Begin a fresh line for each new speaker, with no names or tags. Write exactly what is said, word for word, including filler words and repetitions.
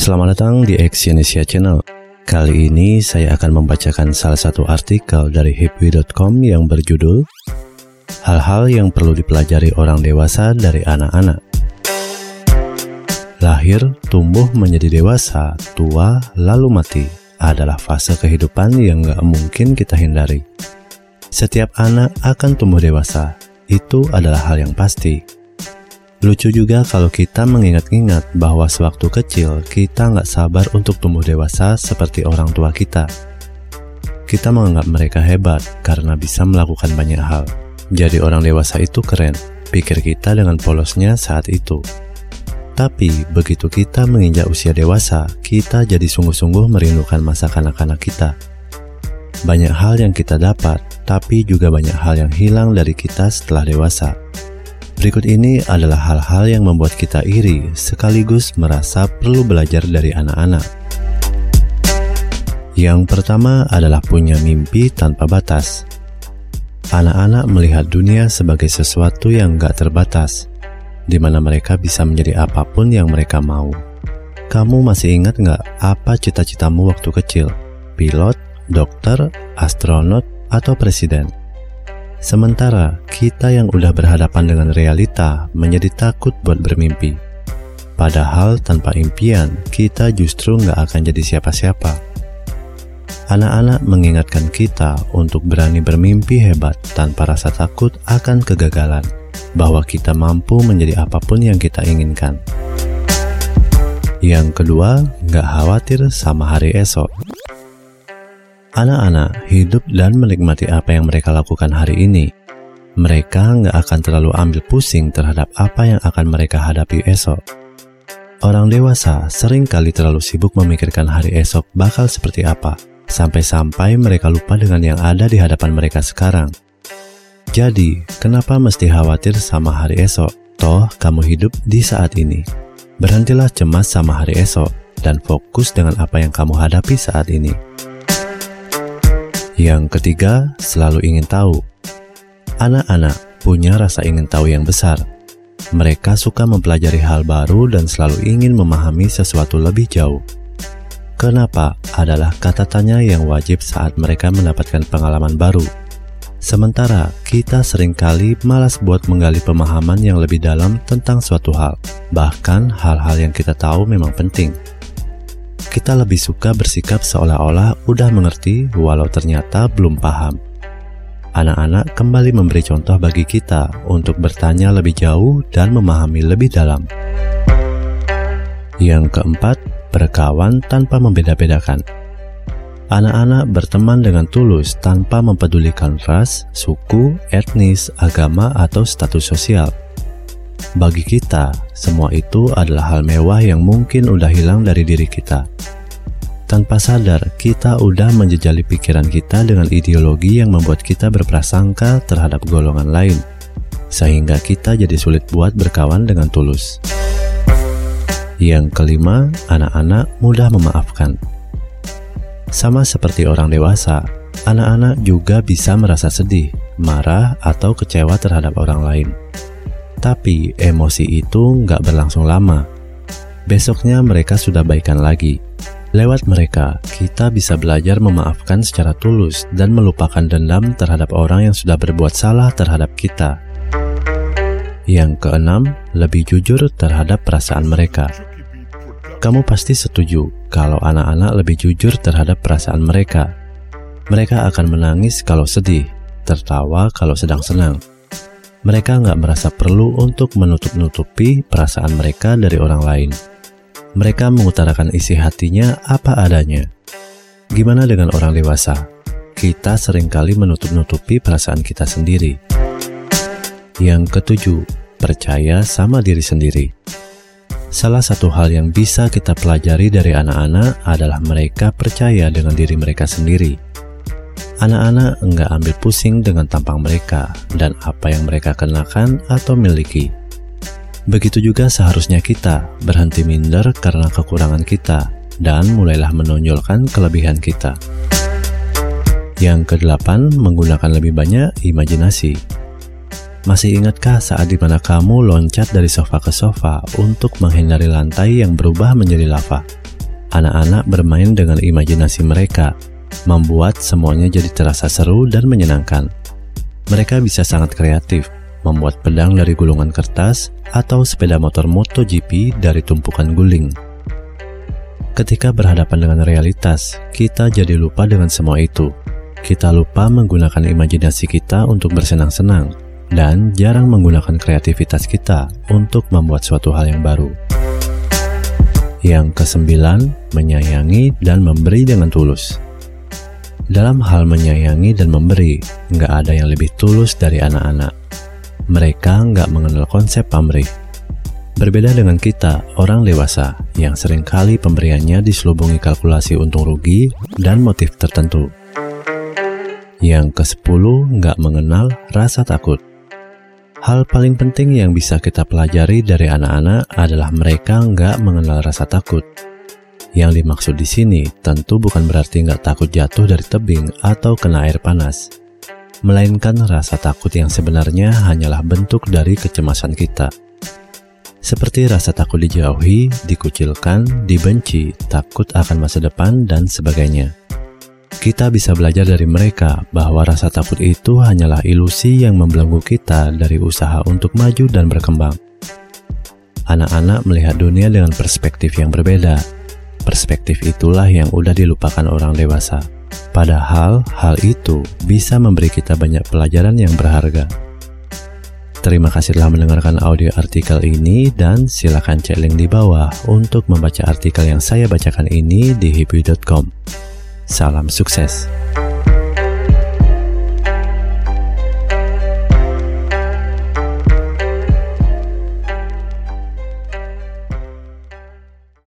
Selamat datang di Exyonesia Channel. Kali ini saya akan membacakan salah satu artikel dari hipwi dot com yang berjudul Hal-hal yang perlu dipelajari orang dewasa dari anak-anak. Lahir, tumbuh menjadi dewasa, tua, lalu mati adalah fase kehidupan yang gak mungkin kita hindari. Setiap anak akan tumbuh dewasa, itu adalah hal yang pasti. Lucu juga kalau kita mengingat-ingat bahwa sewaktu kecil kita nggak sabar untuk tumbuh dewasa seperti orang tua kita. Kita menganggap mereka hebat karena bisa melakukan banyak hal. Jadi orang dewasa itu keren, pikir kita dengan polosnya saat itu. Tapi begitu kita menginjak usia dewasa, kita jadi sungguh-sungguh merindukan masa kanak-kanak kita. Banyak hal yang kita dapat, tapi juga banyak hal yang hilang dari kita setelah dewasa. Berikut ini adalah hal-hal yang membuat kita iri, sekaligus merasa perlu belajar dari anak-anak. Yang pertama adalah punya mimpi tanpa batas. Anak-anak melihat dunia sebagai sesuatu yang gak terbatas, di mana mereka bisa menjadi apapun yang mereka mau. Kamu masih ingat gak apa cita-citamu waktu kecil? Pilot, dokter, astronot, atau presiden? Sementara kita yang udah berhadapan dengan realita menjadi takut buat bermimpi. Padahal tanpa impian, kita justru nggak akan jadi siapa-siapa. Anak-anak mengingatkan kita untuk berani bermimpi hebat tanpa rasa takut akan kegagalan, bahwa kita mampu menjadi apapun yang kita inginkan. Yang kedua, nggak khawatir sama hari esok. Anak-anak hidup dan menikmati apa yang mereka lakukan hari ini. Mereka nggak akan terlalu ambil pusing terhadap apa yang akan mereka hadapi esok. Orang dewasa sering kali terlalu sibuk memikirkan hari esok bakal seperti apa, sampai-sampai mereka lupa dengan yang ada di hadapan mereka sekarang. Jadi, kenapa mesti khawatir sama hari esok? Toh, kamu hidup di saat ini. Berhentilah cemas sama hari esok, dan fokus dengan apa yang kamu hadapi saat ini. Yang ketiga, selalu ingin tahu. Anak-anak punya rasa ingin tahu yang besar. Mereka suka mempelajari hal baru dan selalu ingin memahami sesuatu lebih jauh. Kenapa? Adalah kata tanya yang wajib saat mereka mendapatkan pengalaman baru. Sementara kita seringkali malas buat menggali pemahaman yang lebih dalam tentang suatu hal. Bahkan hal-hal yang kita tahu memang penting. Kita lebih suka bersikap seolah-olah udah mengerti walau ternyata belum paham. Anak-anak kembali memberi contoh bagi kita untuk bertanya lebih jauh dan memahami lebih dalam. Yang keempat, berkawan tanpa membeda-bedakan. Anak-anak berteman dengan tulus tanpa mempedulikan ras, suku, etnis, agama, atau status sosial. Bagi kita, semua itu adalah hal mewah yang mungkin udah hilang dari diri kita. Tanpa sadar, kita udah menjejali pikiran kita dengan ideologi yang membuat kita berprasangka terhadap golongan lain, sehingga kita jadi sulit buat berkawan dengan tulus. Yang kelima, anak-anak mudah memaafkan. Sama seperti orang dewasa, anak-anak juga bisa merasa sedih, marah, atau kecewa terhadap orang lain. Tapi emosi itu nggak berlangsung lama. Besoknya mereka sudah baikan lagi. Lewat mereka, kita bisa belajar memaafkan secara tulus dan melupakan dendam terhadap orang yang sudah berbuat salah terhadap kita. Yang keenam, lebih jujur terhadap perasaan mereka. Kamu pasti setuju kalau anak-anak lebih jujur terhadap perasaan mereka. Mereka akan menangis kalau sedih, tertawa kalau sedang senang. Mereka nggak merasa perlu untuk menutup-nutupi perasaan mereka dari orang lain. Mereka mengutarakan isi hatinya apa adanya. Gimana dengan orang dewasa? Kita seringkali menutup-nutupi perasaan kita sendiri. Yang ketujuh, percaya sama diri sendiri. Salah satu hal yang bisa kita pelajari dari anak-anak adalah mereka percaya dengan diri mereka sendiri. Anak-anak enggak ambil pusing dengan tampang mereka dan apa yang mereka kenakan atau miliki. Begitu juga seharusnya kita berhenti minder karena kekurangan kita dan mulailah menonjolkan kelebihan kita. Yang kedelapan, menggunakan lebih banyak imajinasi. Masih ingatkah saat dimana kamu loncat dari sofa ke sofa untuk menghindari lantai yang berubah menjadi lava? Anak-anak bermain dengan imajinasi mereka, membuat semuanya jadi terasa seru dan menyenangkan. Mereka bisa sangat kreatif, membuat pedang dari gulungan kertas atau sepeda motor MotoGP dari tumpukan guling. Ketika berhadapan dengan realitas, kita jadi lupa dengan semua itu. Kita lupa menggunakan imajinasi kita untuk bersenang-senang, dan jarang menggunakan kreativitas kita untuk membuat suatu hal yang baru. Yang kesembilan, menyayangi dan memberi dengan tulus. Dalam hal menyayangi dan memberi, nggak ada yang lebih tulus dari anak-anak. Mereka nggak mengenal konsep pamrih. Berbeda dengan kita, orang dewasa, yang seringkali pemberiannya diselubungi kalkulasi untung rugi dan motif tertentu. Yang kesepuluh, nggak mengenal rasa takut. Hal paling penting yang bisa kita pelajari dari anak-anak adalah mereka nggak mengenal rasa takut. Yang dimaksud di sini tentu bukan berarti nggak takut jatuh dari tebing atau kena air panas, melainkan rasa takut yang sebenarnya hanyalah bentuk dari kecemasan kita. Seperti rasa takut dijauhi, dikucilkan, dibenci, takut akan masa depan, dan sebagainya. Kita bisa belajar dari mereka bahwa rasa takut itu hanyalah ilusi yang membelenggu kita dari usaha untuk maju dan berkembang. Anak-anak melihat dunia dengan perspektif yang berbeda. Perspektif itulah yang udah dilupakan orang dewasa. Padahal hal itu bisa memberi kita banyak pelajaran yang berharga. Terima kasih telah mendengarkan audio artikel ini dan silakan cek link di bawah untuk membaca artikel yang saya bacakan ini di hipwi dot com. Salam sukses.